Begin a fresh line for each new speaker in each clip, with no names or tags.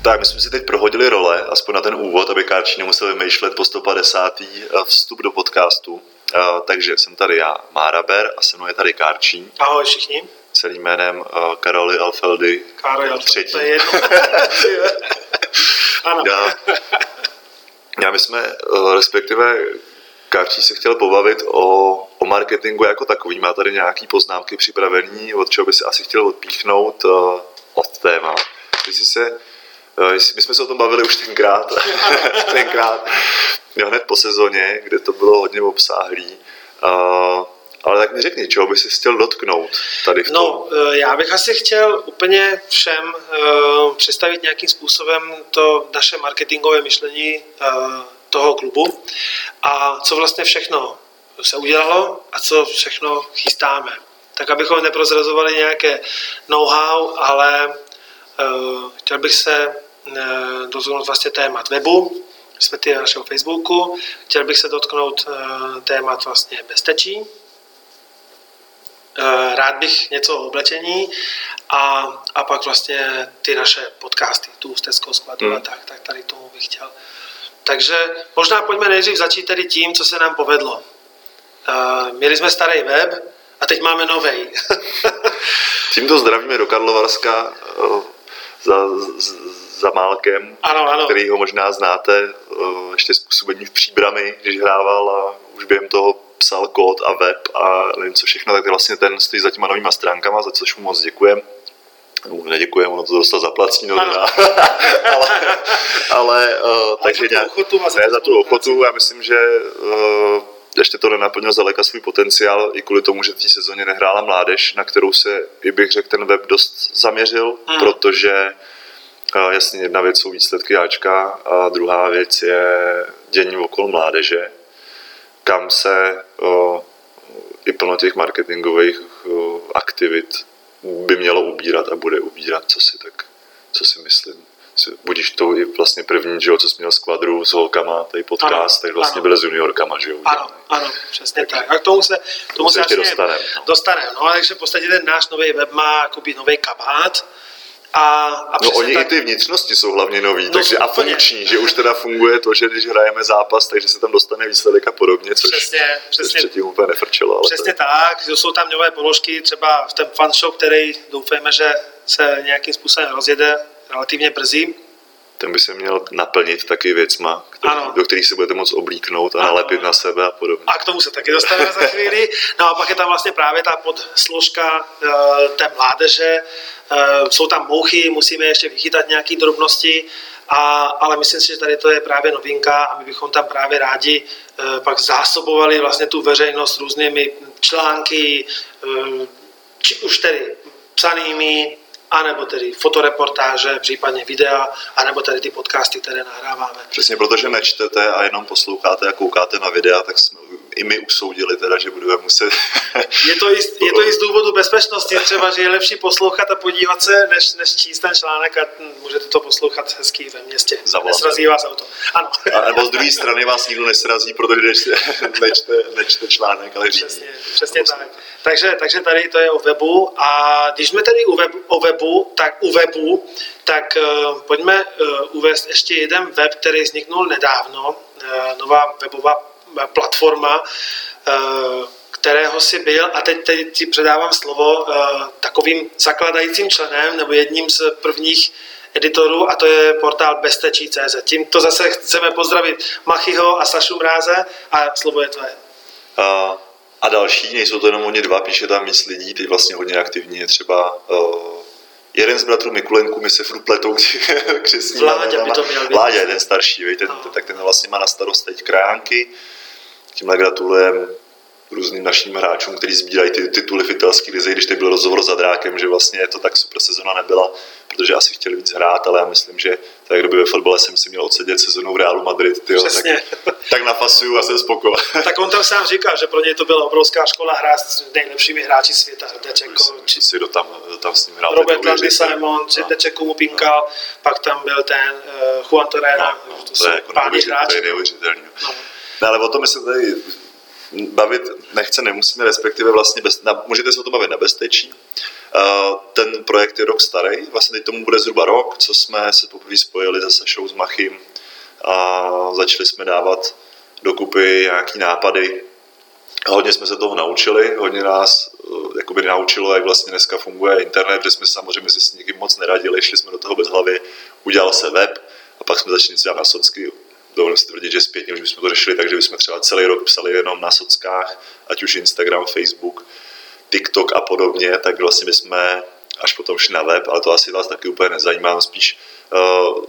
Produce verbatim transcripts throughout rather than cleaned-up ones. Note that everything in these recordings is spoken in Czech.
Tak my jsme si teď prohodili role, aspoň na ten úvod, aby Kárčí nemusel vymýšlet po sto padesátý vstup do podcastu. Uh, takže jsem tady já, Mára Ber, a se mnou je tady Kárčí.
Ahoj všichni.
Celým jménem uh, Karoli Alfeldy.
Karoli Alfeldy, to je jedno. Ano.
Já, já my jsme, uh, respektive Kárčí se chtěl pobavit o, o marketingu jako takový. Má tady nějaký poznámky připravený, od čeho by si asi chtěl odpíchnout uh, od téma. Když si se My jsme se o tom bavili už tenkrát, tenkrát jo, hned po sezóně, kde to bylo hodně obsáhlý. Uh, ale tak mi řekni, čeho by si chtěl dotknout tady v tom?
No, já bych asi chtěl úplně všem uh, představit nějakým způsobem to naše marketingové myšlení uh, toho klubu a co vlastně všechno se udělalo a co všechno chystáme. Tak abychom neprozrazovali nějaké know-how, ale uh, chtěl bych se dotknout vlastně témat webu, respektive našeho Facebooku. Chtěl bych se dotknout uh, témat vlastně bezpečí. Uh, rád bych něco o oblečení a, a pak vlastně ty naše podcasty, tu ústeckou skladu hmm. a tak, tak tady tomu bych chtěl. Takže možná pojďme nejdřív začít tedy tím, co se nám povedlo. Uh, měli jsme starý web a teď máme novej.
Tímto zdravíme do Karlovarska uh, za, z, za Málkem,
ano, ano.
který ho možná znáte ještě z působení v Příbrami, když hrával a už během toho psal kód a web a nevím co všechno, tak vlastně ten stojí za těma novýma stránkama, za což mu moc děkujem. No, neděkujem, ono to dostal zaplacení, no, ale, ale uh, takže
za tu ochotu,
ne, za tu ochotu, já myslím, že uh, ještě to nenaplnil zdaleka svůj potenciál i kvůli tomu, že v té sezóně nehrála mládež, na kterou se, i bych řekl, ten web dost zaměřil, hmm. protože jasně, jedna věc jsou výsledky Ačka a druhá věc je dění okolo mládeže, kam se o, i plno těch marketingových o, aktivit by mělo ubírat a bude ubírat, co si tak, co si myslím. Budíš to i vlastně první, že jo, co jsi měl z kvadru s holkama, tady podcast, tak vlastně byl s juniorkama, že jo.
Ano, ano, přesně tak. tak. A k tomu se, k tomu se ještě dostaneme. No. Dostaneme, no, takže v podstatě ten náš nový web má jakoby nový kabát. A, a
no oni
tak...
i ty vnitřnosti jsou hlavně nový,
no,
takže a funkční, že už teda funguje to, že když hrajeme zápas, takže se tam dostane výsledek a podobně, což
přesně, přesně,
předtím úplně nefrčelo. Ale
přesně to... tak, jsou tam nové položky, třeba v ten fanshop, který doufáme, že se nějakým způsobem rozjede relativně brzy.
Ten by se měl naplnit taky věcma, který, do kterých se budete moct oblíknout a ano. nalepit na sebe a podobně.
A k tomu se taky dostaneme za chvíli. No a pak je tam vlastně právě ta podsložka uh, té mládeže. Uh, jsou tam mouchy, musíme ještě vychytat nějaké drobnosti, a, ale myslím si, že tady to je právě novinka a my bychom tam právě rádi uh, pak zásobovali vlastně tu veřejnost různými články, uh, či už tedy psanými, anebo tedy fotoreportáže, případně videa, anebo tedy ty podcasty, které nahráváme.
Přesně, protože nečtete a jenom posloucháte a koukáte na videa, tak jsme i my usoudili teda, že budeme muset...
je, to i, je to i z důvodu bezpečnosti, třeba, že je lepší poslouchat a podívat se, než, než číst ten článek a můžete to poslouchat hezky ve městě. Nesrazí vás auto. Ano.
A nebo z druhé strany vás nikdo nesrazí, protože nečte, nečte článek, ale řídí.
Přesně, přesně tak. Takže, takže tady to je o webu a když jsme tady u webu, o webu, tak u webu, tak uh, pojďme uh, uvést ještě jeden web, který vzniknul nedávno, uh, nová webová platforma, uh, kterého si byl, a teď, teď ti předávám slovo uh, takovým zakladajícím členem nebo jedním z prvních editorů, a to je portál bezpečí tečka cé zet. Tímto zase chceme pozdravit Machyho a Sašu Mráze a slovo je tvoje.
Uh. A další, nejsou to jenom oni dva, píše tam víc lidí, teď vlastně hodně aktivní je třeba uh, jeden z bratrů Mikulenku, my se furt pletou křesní.
Vláďa by to měl být.
Vláďa, jeden starší, vej, ten, ten, tak ten vlastně má na starost teď krajánky. Tímhle gratulujeme různým našim hráčům, kteří sbírají ty tituly v italské lize, když teď byl rozhovor za Drákem, že vlastně to tak super sezona nebyla, protože asi chtěli víc hrát, ale já myslím, že tak kdyby ve fotbale jsem si měl odsedět sezonu v Realu Madrid, tyjo, tak, tak nafasuju a jsem spokojený.
Tak on tam sám říkal, že pro něj to byla obrovská škola hrát s nejlepšími hráči světa. Dečeko,
či, si do tam, do tam s ním hrál.
Robert Landy Simon, no. Dečeko mu pinkal, no. Pak tam byl ten uh, Juan Torreira,
no, no,
to,
to jsou jako páni hráči. To je neuvěřitelný. No. No, ale o tom my se tady bavit nechce, nemusíme, respektive vlastně bez, na, můžete se o tom bavit na bezpečí. Uh, ten projekt je rok starý, vlastně teď tomu bude zhruba rok, co jsme se poprvé spojili se Sašou s Machym a začali jsme dávat dokupy nějaký nápady. Hodně jsme se toho naučili, hodně nás jakoby naučilo, jak vlastně dneska funguje internet, protože jsme samozřejmě si s nikým moc neradili, šli jsme do toho bez hlavy, udělal se web a pak jsme začali dělat na socky. Dovolím si tvrdit, že zpětně už bychom to řešili, takže bychom třeba celý rok psali jenom na sockách, ať už Instagram, Facebook, TikTok a podobně, tak vlastně bychom až potom šli na web, ale to asi vás taky úplně nezajímá, spíš uh,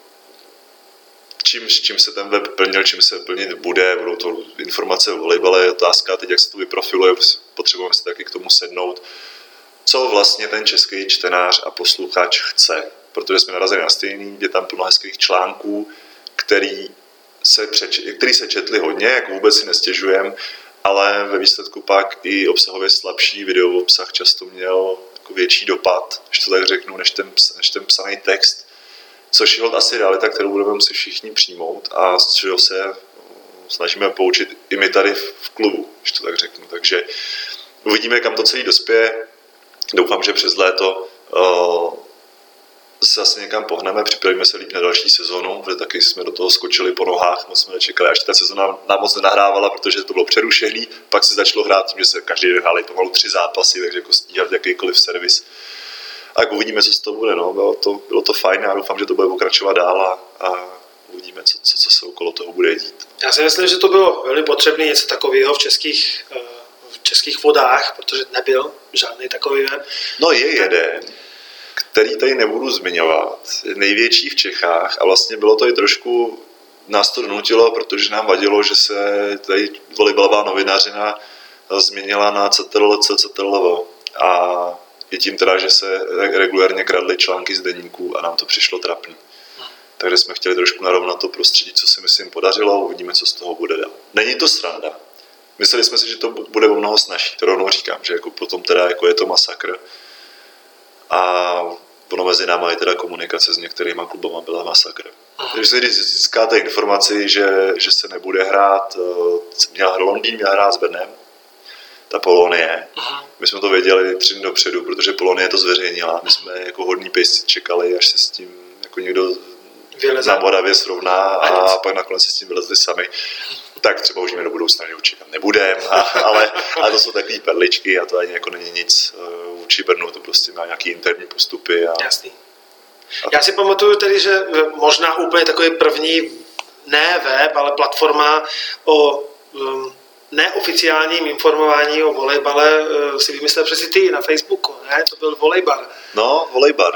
čím, čím se ten web plnil, čím se plnit bude, budou to informace o volejbale, otázka teď, jak se to vyprofiluje, potřebujeme se taky k tomu sednout, co vlastně ten český čtenář a posluchač chce, protože jsme narazili na stejný, je tam plno hezkých článků, který se, přeč, který se četli hodně, jako vůbec si nestěžujeme, ale ve výsledku pak i obsahově slabší video obsah často měl jako větší dopad, když to tak řeknu, než ten, než ten psaný text, což je asi realita, kterou budeme muset všichni přijmout a z čeho se snažíme poučit i my tady v klubu, když to tak řeknu. Takže uvidíme, kam to celý dospěje. Doufám, že přes léto uh, zase někam pohneme, připravíme se líp na další sezonu, protože taky jsme do toho skočili po nohách, moc jsme nečekali, až ta sezona nám moc nenahrávala, protože to bylo přerušený, pak se začalo hrát tím, že se každý den hráli pomalu tři zápasy, takže jako stíhat jakýkoliv servis. A jak uvidíme, co z toho bude, no. bylo, to, bylo to fajn a doufám, že to bude pokračovat dál a, a uvidíme, co, co, co se okolo toho bude dít.
Já si myslím, že to bylo velmi potřebné něco takového v českých, v českých vodách, protože nebyl žádný takový web.
No je jeden, který tady nebudu zmiňovat, je největší v Čechách a vlastně bylo to i trošku, nás to donutilo, protože nám vadilo, že se tady volejbalová novinařina změnila na C T L C, C T L V a je tím teda, že se regulérně kradly články z deníků a nám to přišlo trapný. Takže jsme chtěli trošku narovnat to prostředí, co si myslím podařilo, uvidíme, co z toho bude dál. Není to sranda. Mysleli jsme si, že to bude o mnoho snazší, to rovnou říkám, že jako potom teda jako je to masakr. A ono mezi náma je teda komunikace s některýma klubama byla masakr. Takže se když získáte informaci, že, že se nebude hrát, měl Londýn měl hrát s Brnem, ta Polonie. My jsme to věděli tři dny dopředu, protože Polonie to zveřejnila. My jsme jako hodní pejsci čekali, až se s tím jako někdo na Moravě srovná a pak nakonec se s tím vylezli sami. Tak třeba už mě do budoucna čekat nebudem, ale, ale to jsou takové perličky a to ani jako není nic vůči Brnu, to prostě má nějaký interní postupy. A,
Jasný. Já si pamatuju tedy, že možná úplně takový první, ne web, ale platforma o um, neoficiálním informování o volejbale si vymyslel přeci ty na Facebooku, ne? To byl Volejbar.
No, Volejbar.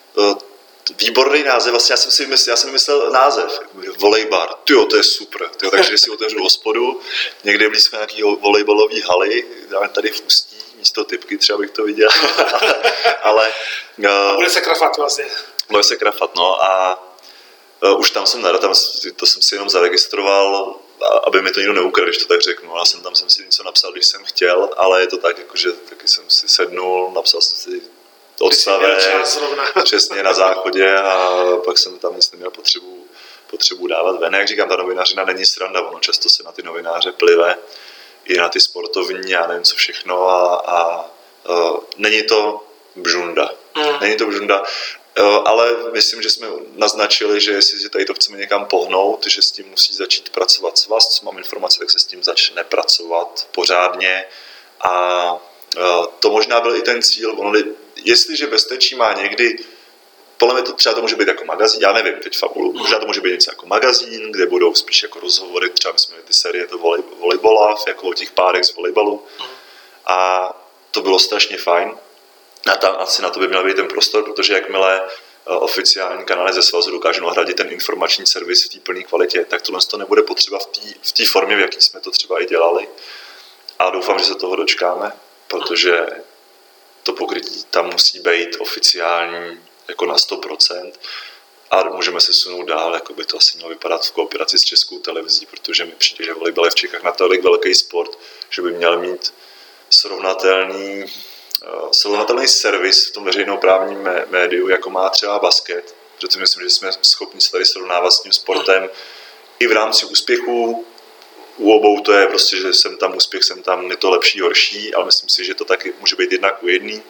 Výborný název, vlastně já jsem si vymyslel, já jsem vymyslel název, Volejbar, tyjo, to je super, tyjo, takže si otevřu hospodu, někde blízko nějaký volejbalový haly, dáme tady v Ústí, místo typky, třeba bych to viděl, ale...
A bude se krafat vlastně.
Bude se krafat, no a uh, už tam jsem nerad, tam, to jsem si jenom zaregistroval, aby mi to nikdo neukradl, když to tak řeknu, já jsem tam jsem si něco napsal, když jsem chtěl, ale je to tak, jakože taky jsem si sednul, napsal jsem si odstavec, přesně na záchodě a pak jsem tam nic neměl potřebu, potřebu dávat ven. Jak říkám, ta novinařina není sranda, ono často se na ty novináře plive, i na ty sportovní, já nevím co všechno a, a uh, není to bžunda. Mm. Není to bžunda, uh, ale myslím, že jsme naznačili, že jestli tady to chceme někam pohnout, že s tím musí začít pracovat svaz, co mám informace, tak se s tím začne pracovat pořádně a uh, to možná byl i ten cíl, ono, jestliže Bezpečí má někdy, podle mě to třeba to může být jako magazín, já nevím teď fabulu, možná to může být něco jako magazín, kde budou spíš jako rozhovory, třeba my jsme měli ty série to volej, volejbolav, jako o těch párech z volejbalu a to bylo strašně fajn a tam asi na to by měl být ten prostor, protože jakmile oficiální kanály ze svazu dokážou nahradit ten informační servis v té plné kvalitě, tak tohle to nebude potřeba v té formě, v jaký jsme to třeba i dělali a doufám, že se toho dočkáme, protože to pokrytí tam musí být oficiální jako na sto procent a můžeme se sunout dál, jako by to asi mělo vypadat v kooperaci s Českou televizí, protože mi přijde, že volejbal je v Čechách natolik velký sport, že by měl mít srovnatelný, uh, srovnatelný servis v tom veřejnoprávním mé- médiu, jako má třeba basket, protože myslím, že jsme schopni se tady srovnávat s tím sportem i v rámci úspěchů. U obou to je prostě, že jsem tam úspěch, jsem tam, je to lepší, horší, ale myslím si, že to taky může být jednak u jedný.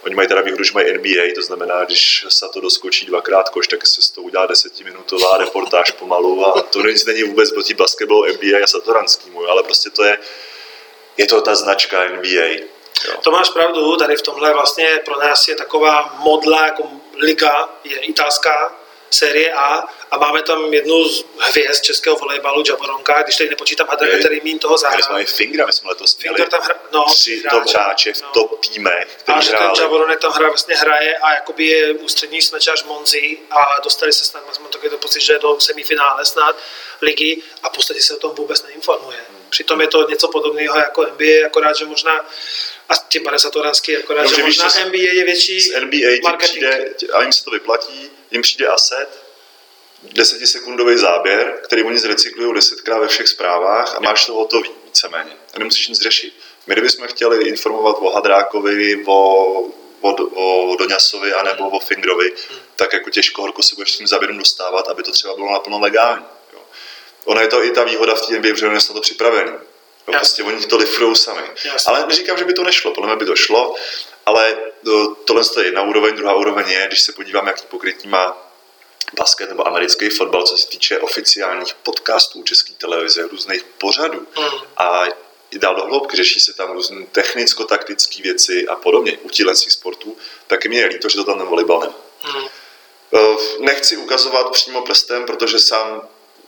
Oni mají teda výhodu, že mají N B A, to znamená, když se to doskočí dvakrát koš, tak se z toho udělá desetiminutová reportáž pomalu a to nic není vůbec proti basketbalu N B A a satoranskýmu, ale prostě to je, je to ta značka N B A. Jo.
To máš pravdu, tady v tomhle vlastně pro nás je taková modla jako liga, je italská série A a máme tam jednu z hvězd českého volejbalu, Jaboronka, když tady nepočítám Hadrka, který mín toho zahrál.
My jsme i Fingra, my jsme letos měli
tam hra, no,
tři top hráče v
no.
top týmech, který
a že
hráli.
ten Jaboronek tam hra, vlastně hraje a jakoby je ústřední smečař Monzi a dostali se snad, jsme taky to pocit, že do semifinále snad ligy a v podstatě se o tom vůbec neinformuje. Přitom je to něco podobného jako N B A, akorát, že možná a tím pane Satoranský, akorát, no, že možná N B A je větší
z N B A
marketing.
Přijde, a jim se to vyplatí, jim přijde asset, desetisekundový záběr, který oni zrecyklují desetkrát ve všech zprávách a máš to hotový, víceméně. A nemusíš nic řešit. My kdybychom chtěli informovat o Hadrákovi, o, o, o Doňasovi anebo o Fingrovi, hmm. tak jako těžko horko se budeš s tím záběrem dostávat, aby to třeba bylo naplno legální. Jo. Ona je to i ta výhoda v té N B A, protože oni jsou to připravený. Jo, prostě oni to lifrujou sami. Jasně. Ale neříkám, že by to nešlo, podle mě by to šlo, ale tohle je jedna úroveň, druhá úroveň je, když se podívám, jaký pokrytí má basket nebo americký fotbal, co se týče oficiálních podcastů české televize, různých pořadů hmm. a i dál do hloubky, řeší se tam různé technicko-taktické věci a podobně u těchto sportů, tak mi je líto, že to tam ten volejbal nemá. Hmm. Nechci ukazovat přímo prstem, protože sám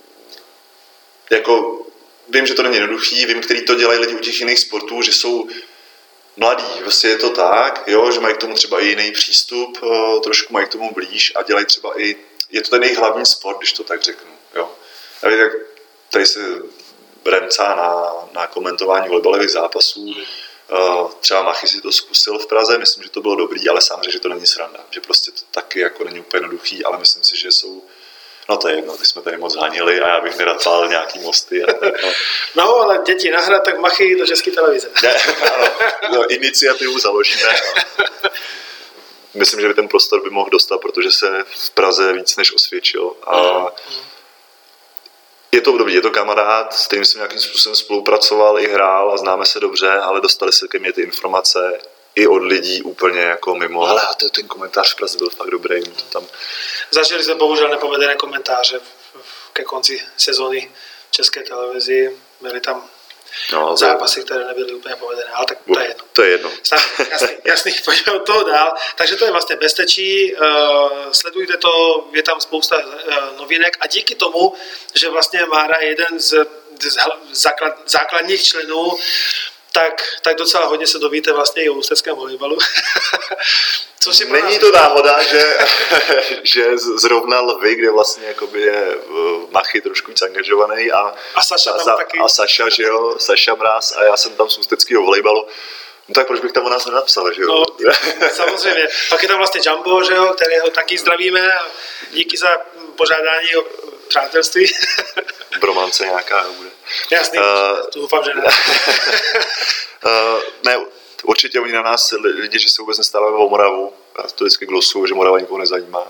jako vím, že to není jednoduchý, vím, který to dělají lidi u těch jiných sportů, že jsou mladí, vlastně je to tak, jo, že mají k tomu třeba i jiný přístup, trošku mají k tomu blíž a dělají třeba i, je to ten jejich hlavní sport, když to tak řeknu, jo. A víte, tady se remcá na, na komentování volejbalových zápasů, mm. třeba Machy si to zkusil v Praze, myslím, že to bylo dobrý, ale sám řekl, že to není sranda, že prostě to taky jako není úplně jednoduchý, ale myslím si, že jsou. No to je jedno, ty jsme tady moc hanili a já bych nerad pál nějaký mosty. A tak, no.
no, ale děti nahrát, tak Machy do České televize.
Ne, ano, no, iniciativu založíme. No. Myslím, že by ten prostor by mohl dostat, protože se v Praze víc než osvědčil. A mm. je to dobrý, je to kamarád, s kterým jsem nějakým způsobem spolupracoval i hrál a známe se dobře, ale dostali se ke mně ty informace i od lidí úplně jako mimo. Ale ten komentář v Praze byl fakt dobrý. To tam...
Zažili jsme bohužel nepovedené komentáře ke konci sezóny České televizi. Byly tam no, zápasy, které nebyly úplně povedené, ale tak to je jedno.
To je jedno.
Jasný, jasný, pojďme od toho dál. Takže to je vlastně Beztečí, uh, sledujte to, je tam spousta uh, novinek a díky tomu, že vlastně Mára je jeden z, z základ, základních členů, tak, tak docela hodně se dovíte vlastně i o ústeckém volejbalu.
Není to náhoda, že, že zrovna Lvy, kde vlastně jakoby je Machy trošku víc angažovaný a,
a Saša tam
a,
taky.
A Saša, že jo, Saša Mráz a já jsem tam z ústeckého volejbalu. No tak proč bych tam o nás nenapsal, že jo?
No, samozřejmě. Pak je tam vlastně Jumbo, že jo, kterého taky zdravíme a díky za požádání o přátelství.
Bromance nějaká bude.
Jasný, uh, to doufám, že ne.
uh, ne, určitě oni na nás lidi, že se vůbec nestáváme o Moravu. Já to vždycky glosuju, že Morava nikoho nezajímá.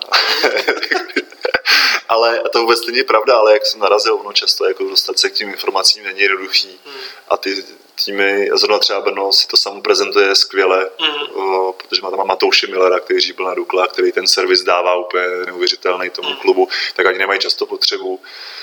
Ale to vůbec není pravda, ale jak jsem narazil, ono často jako dostat se k tím informacím není jednoduchý. Hmm. A ty týmy, zrovna třeba Brno si to samo prezentuje skvěle, hmm. o, protože má tam Matouše Millera, který byl na Dukle, který ten servis dává úplně neuvěřitelný tomu hmm. klubu, tak ani nemají často potřebu.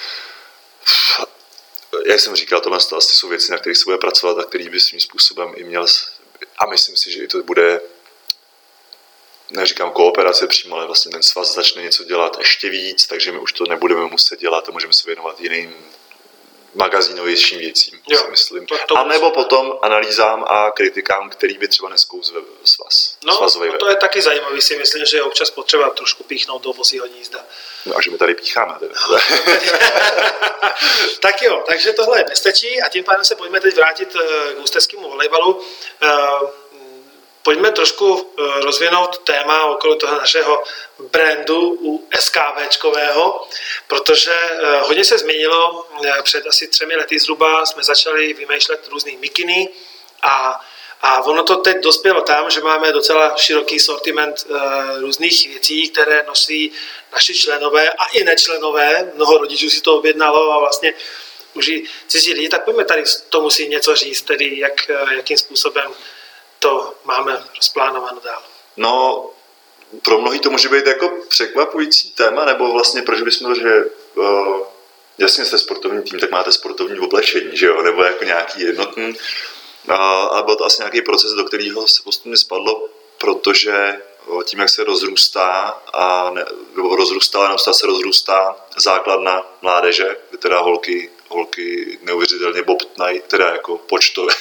Jak jsem říkal, tohle to asi jsou věci, na kterých se bude pracovat a který by svým způsobem i měl, a myslím si, že i to bude, neříkám kooperace přímo, ale vlastně ten svaz začne něco dělat ještě víc, takže my už to nebudeme muset dělat a můžeme se věnovat jiným magazínovějším věcím, jo, si myslím. To, to a nebo potom analýzám a kritikám, který by třeba neskouzl svaz.
No, no to je taky zajímavý, si myslím, že je občas potřeba trošku píchnout do vozího hnízda.
No a že my tady pícháme.
No. Tak jo, takže tohle je Beztečí a tím pádem se pojďme teď vrátit k ústeckému volejbalu. Pojďme trošku rozvinout téma okolo toho našeho brandu u SKVčkového, protože hodně se změnilo. Před asi třemi lety zhruba jsme začali vymýšlet různý mikiny a, a ono to teď dospělo tam, že máme docela široký sortiment různých věcí, které nosí naši členové a i nečlenové. Mnoho rodičů si to objednalo a vlastně už i cizí lidi. Tak pojďme tady to musí něco říct, tedy jak, jakým způsobem to máme rozplánováno dál.
No, pro mnohý to může být jako překvapující téma, nebo vlastně proč bychom to, že uh, jasně jste sportovní tým, tak máte sportovní oblečení, že jo, nebo jako nějaký jednotný. Uh, a byl to asi nějaký proces, do kterého se postupně spadlo, protože tím, jak se rozrůstá a ne, rozrůstá, neustále se rozrůstá základna mládeže, kde teda holky, holky neuvěřitelně bobtnají, teda jako počtově.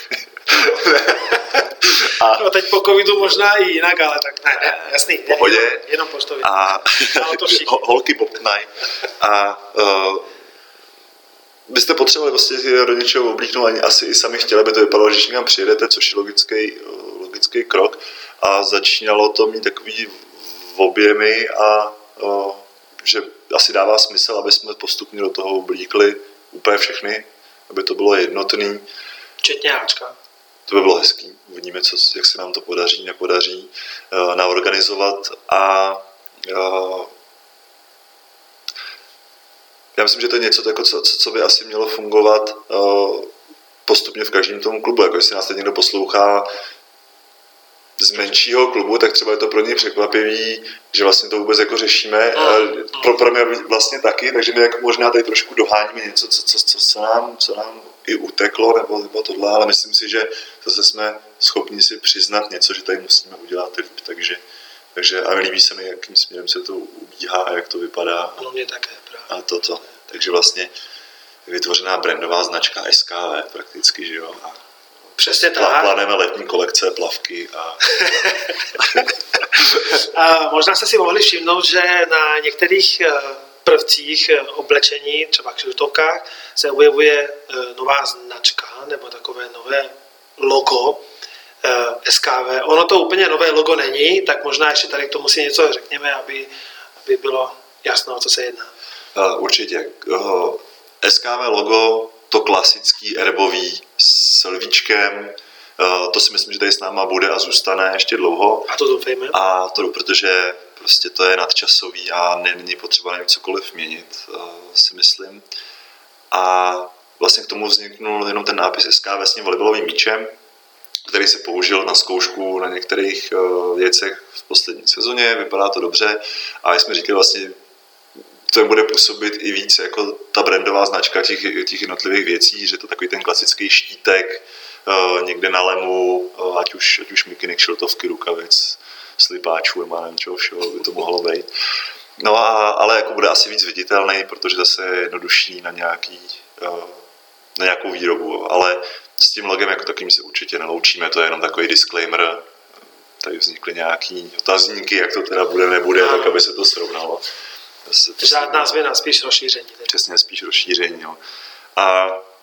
A no teď po covidu možná i jinak, ale tak ne, ne jasný,
pohodě.
Jenom, jenom počtově.
A holky bobtnají. A uh, byste potřebovali vlastně do něčeho oblíknout, ani asi i sami chtěli, aby to vypadalo, že někam přijedete, což je logický, logický krok. A začínalo to mít takový objemy a o, že asi dává smysl, aby jsme postupně do toho oblíkli úplně všechny, aby to bylo jednotný.
Včetně Ačka.
To by bylo hezký. Uvidíme, co, jak se nám to podaří, nepodaří uh, naorganizovat. A uh, já myslím, že to je něco, jako, co, co by asi mělo fungovat uh, postupně v každém tom klubu. Jako jestli nás teď někdo poslouchá z menšího klubu, tak třeba je to pro něj překvapivý, že vlastně to vůbec jako řešíme. Mm. Pro, pro mě vlastně taky, takže my jako možná tady trošku doháníme něco, co, co, co, co, nám, co nám i uteklo, nebo, nebo tohle, ale myslím si, že zase jsme schopni si přiznat něco, že tady musíme udělat líp, takže, takže a líbí se mi, jakým směrem se to ubíhá a jak to vypadá.
Ano, mě také právě.
A toto. Takže vlastně je vytvořená brandová značka S K V prakticky, že jo. A
přesně tak.
Plánujeme letní kolekce, plavky a...
a možná jste si mohli všimnout, že na některých prvcích oblečení, třeba v kšiltovkách, se objevuje nová značka nebo takové nové logo S K V. Ono to úplně nové logo není, tak možná ještě tady k tomu si něco řekněme, aby, aby bylo jasno, o co se jedná.
Určitě. S K V logo, to klasický erbový s lvíčkem, to si myslím, že tady s náma bude a zůstane ještě dlouho.
A to doufejme.
A to, protože prostě to je nadčasový a není potřeba nevím cokoliv měnit, si myslím. A vlastně k tomu vzniknul jenom ten nápis S K V s tím volejbalovým míčem, který se použil na zkoušku na některých věcech v poslední sezóně, vypadá to dobře a jsme říkali vlastně, to bude působit i víc jako ta brandová značka těch, těch jednotlivých věcí, že to takový ten klasický štítek uh, někde na lemu, uh, ať už, ať už mikinek, šiltovky, rukavic, slipáčů, nebo nevím čeho všeho by to mohlo být. No a, ale jako bude asi víc viditelný, protože zase je jednodušší na, nějaký, uh, na nějakou výrobu, ale s tím logem jako takým se určitě neloučíme, to je jenom takový disclaimer, tady vznikly nějaký otazníky, jak to teda bude, nebude, tak aby se to srovnalo.
Žádná změna, spíš rozšíření.
Přesně, spíš rozšíření. Jo. A,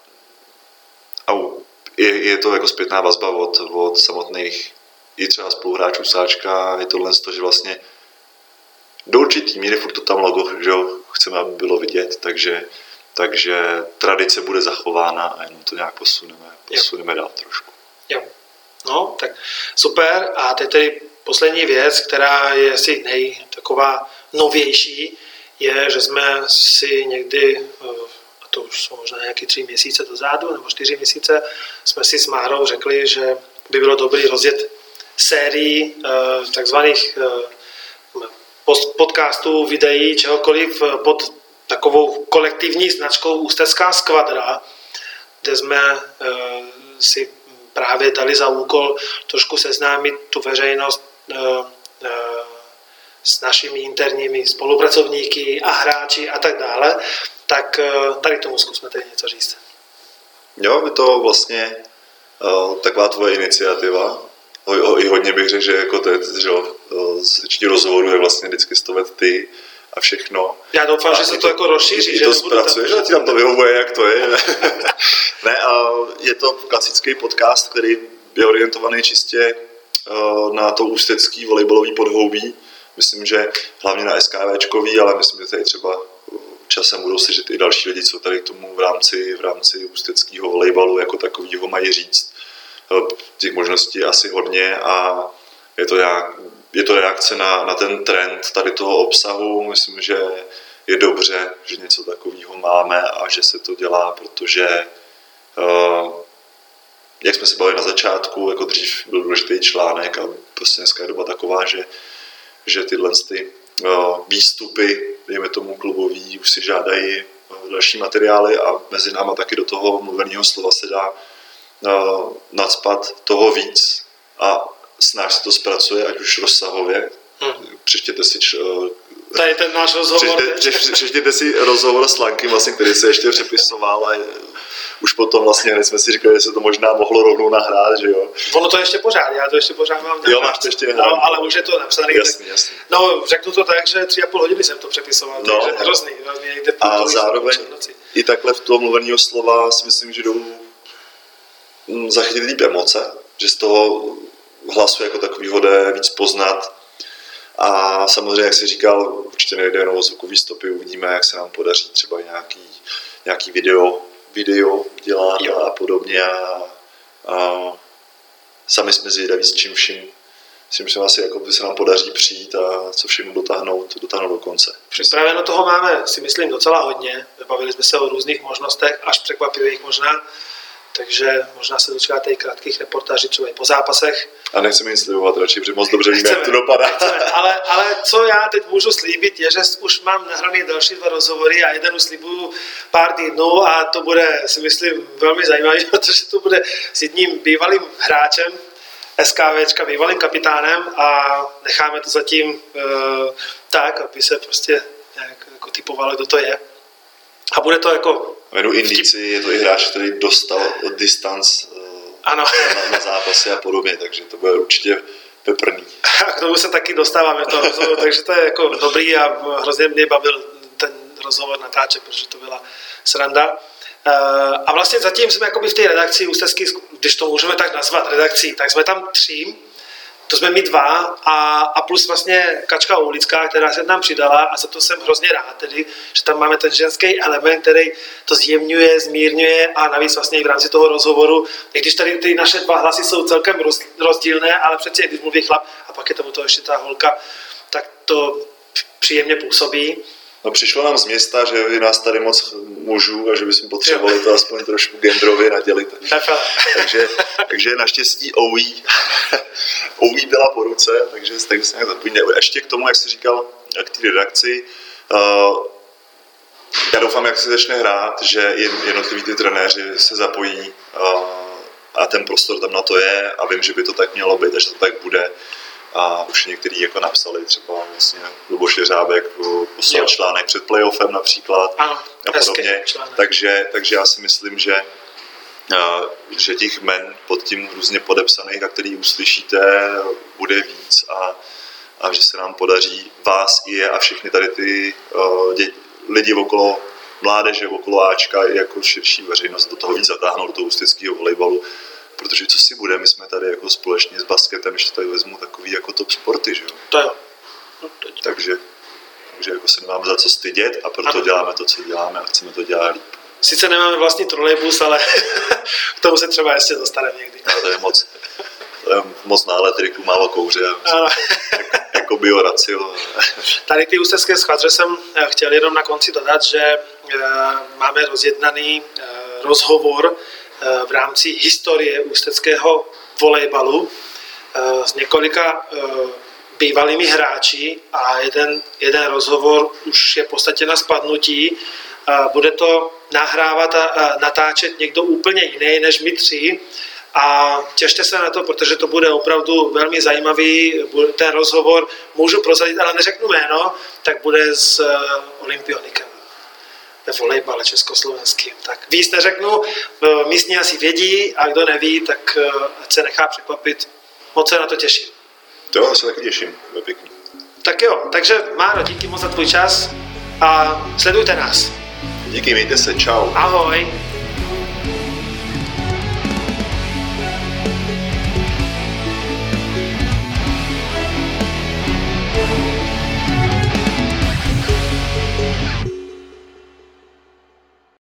a je, je to jako zpětná vazba od, od samotných i třeba spoluhráčů sáčka, je tohle, že vlastně do určitý míry furt to tam logo, že jo, chceme, aby bylo vidět, takže, takže tradice bude zachována a jenom to nějak posuneme, posuneme dál trošku.
Jo. No, tak super. A teď tedy poslední věc, která je asi nej taková novější, je, že jsme si někdy, a to už jsou možná nějaký tři měsíce dozadu, nebo čtyři měsíce, jsme si s Márou řekli, že by bylo dobré rozjet sérii takzvaných podcastů, videí, čehokoliv pod takovou kolektivní značkou Ústecká skvadra, kde jsme si právě dali za úkol trošku seznámit tu veřejnost s našimi interními spolupracovníky a hráči a tak dále, tak tady tomu zkusme tady něco říct.
Jo, je to vlastně uh, taková tvoje iniciativa. O, I hodně bych řekl, že jako to je, že z většině rozhovorů je vlastně vždycky stovet ty a všechno.
Já doufám, a že se to, to jako rozšíří.
I
že
to zpracuješ, že ti tam to vyhovuje, jak to je. Ne, a je to klasický podcast, který je orientovaný čistě uh, na to ústecký volejbalový podhoubí. Myslím, že hlavně na SKVčkový, ale myslím, že tady třeba časem budou slyšet i další lidi, co tady k tomu v rámci, v rámci ústeckého volejbalu jako takového mají říct. Těch možností je asi hodně a je to, jak, je to reakce na, na ten trend tady toho obsahu. Myslím, že je dobře, že něco takového máme a že se to dělá, protože uh, jak jsme se bavili na začátku, jako dřív byl důležitý článek a prostě dneska je doba taková, že, že tyhle ty, uh, výstupy, dejme tomu klubový, už si žádají uh, další materiály a mezi náma taky do toho mluveného slova se dá uh, nacpat toho víc a snáš se to zpracuje, ať už rozsahově. Hmm. Přečtěte si uh,
tady ten náš rozhovor.
Přečtěte, přečtěte si rozhovor s Lankem, vlastně, který se ještě přepisoval a už potom vlastně hned jsme si říkali, že se to možná mohlo rovnou nahrát, že jo.
Ono to ještě pořád, já to ještě pořád mám.
Jo, máš to ještě
no, ale už je to napsané.
Jasný, jasný.
No, řeknu to tak, že tři a půl hodiny jsem to přepisoval, no, takže no. hrozný. hrozný
a zároveň i takhle v toho mluveného slova si myslím, že jdou zachytit líp emoce, že z toho hlasu jako takovýho jde víc poznat. A samozřejmě, jak jsi říkal, určitě nejde jenom o zvukový stopy, uvidíme, jak se nám podaří třeba nějaký, nějaký video, video dělat jo. a podobně. A, a sami jsme zvědaví s čím vším, s čím vším asi jako by se nám podaří přijít a co všechno dotáhnout, dotáhnout do konce.
Připraveno toho máme, si myslím, docela hodně. Bavili jsme se o různých možnostech, až překvapivých možná. Takže možná se dočkáte i krátkých reportáží, třeba i po zápasech.
A nechceme nic slibovat radši, protože moc dobře víme, jak to dopadá.
ale, ale co já teď můžu slíbit, je, že už mám nahraný další dva rozhovory a jeden už slibuju pár týdnů a to bude, si myslím, velmi zajímavý, protože to bude s jedním bývalým hráčem SKVčka, bývalým kapitánem a necháme to zatím uh, tak, aby se prostě nějak jako typovalo, kdo to je. A bude to jako...
Jmenuji indici, je to i hráč, který dostal od distanc
ano.
na, na zápasy a podobně, takže to bude určitě peprný.
A k tomu se taky dostáváme to rozhovor, takže to je jako dobrý a hrozně mě bavil ten rozhovor natáčet, protože to byla sranda. A vlastně zatím jsme jakoby v té redakci ústecký, když to můžeme tak nazvat redakcí, tak jsme tam tři, to jsme my dva a, a plus vlastně Kačka Oulická, která se nám přidala a za to jsem hrozně rád, tedy, že tam máme ten ženský element, který to zjemňuje, zmírňuje a navíc vlastně i v rámci toho rozhovoru, i když tady ty naše dva hlasy jsou celkem roz, rozdílné, ale přece když mluví chlap a pak je tomu to ještě ta holka, tak to příjemně působí.
No přišlo nám z města, že je nás tady moc mužů a že bychom potřebovali to aspoň trošku genderově nadělit. takže, takže naštěstí Ouí Ouí byla po ruce, takže tak se nějak zapojíme. Ještě k tomu, jak jsi říkal, k té redakci, uh, já doufám, jak se začne hrát, že jednotliví ty trenéři se zapojí uh, a ten prostor tam na to je a vím, že by to tak mělo být a že to tak bude. A už některý jako napsali, třeba vlastně Luboš Jeřábek poslal článek před playoffem například
ano,
a podobně. Takže, takže já si myslím, že, že těch men pod tím různě podepsaných, a který uslyšíte, bude víc a, a že se nám podaří vás i je a všechny tady ty dě, lidi okolo mládeže, okolo Ačka i jako širší veřejnost do toho víc zatáhnout, do toho ústeckého volejbalu. Protože co si bude, my jsme tady jako společně s basketem, ještě tady vezmu takový jako top sporty, že jo?
To jo.
Takže, takže jako se nemáme za co stydět a proto ano. děláme to, co děláme a chceme to dělat líp.
Sice nemáme vlastní trolejbus, ale k tomu se třeba ještě dostaneme někdy.
No, to je moc, to je moc nálet, který málo kouře, jako, jako bioracio.
Tady ty ústecké schvadře jsem chtěl jenom na konci dodat, že máme rozjednaný rozhovor v rámci historie ústeckého volejbalu s několika bývalými hráči a jeden, jeden rozhovor už je v podstatě na spadnutí. Bude to nahrávat a natáčet někdo úplně jiný než my tři a těšte se na to, protože to bude opravdu velmi zajímavý. Ten rozhovor můžu prozradit, ale neřeknu jméno, tak bude s olympionikem ve volejbale československým. Tak víc neřeknu, místní asi vědí a kdo neví, tak ať se nechá překvapit. Moc se na to těším.
To se taky těším, je pěkný.
Tak jo, takže Máro, díky moc za tvůj čas a sledujte nás.
Díky, mějte se, čau.
Ahoj.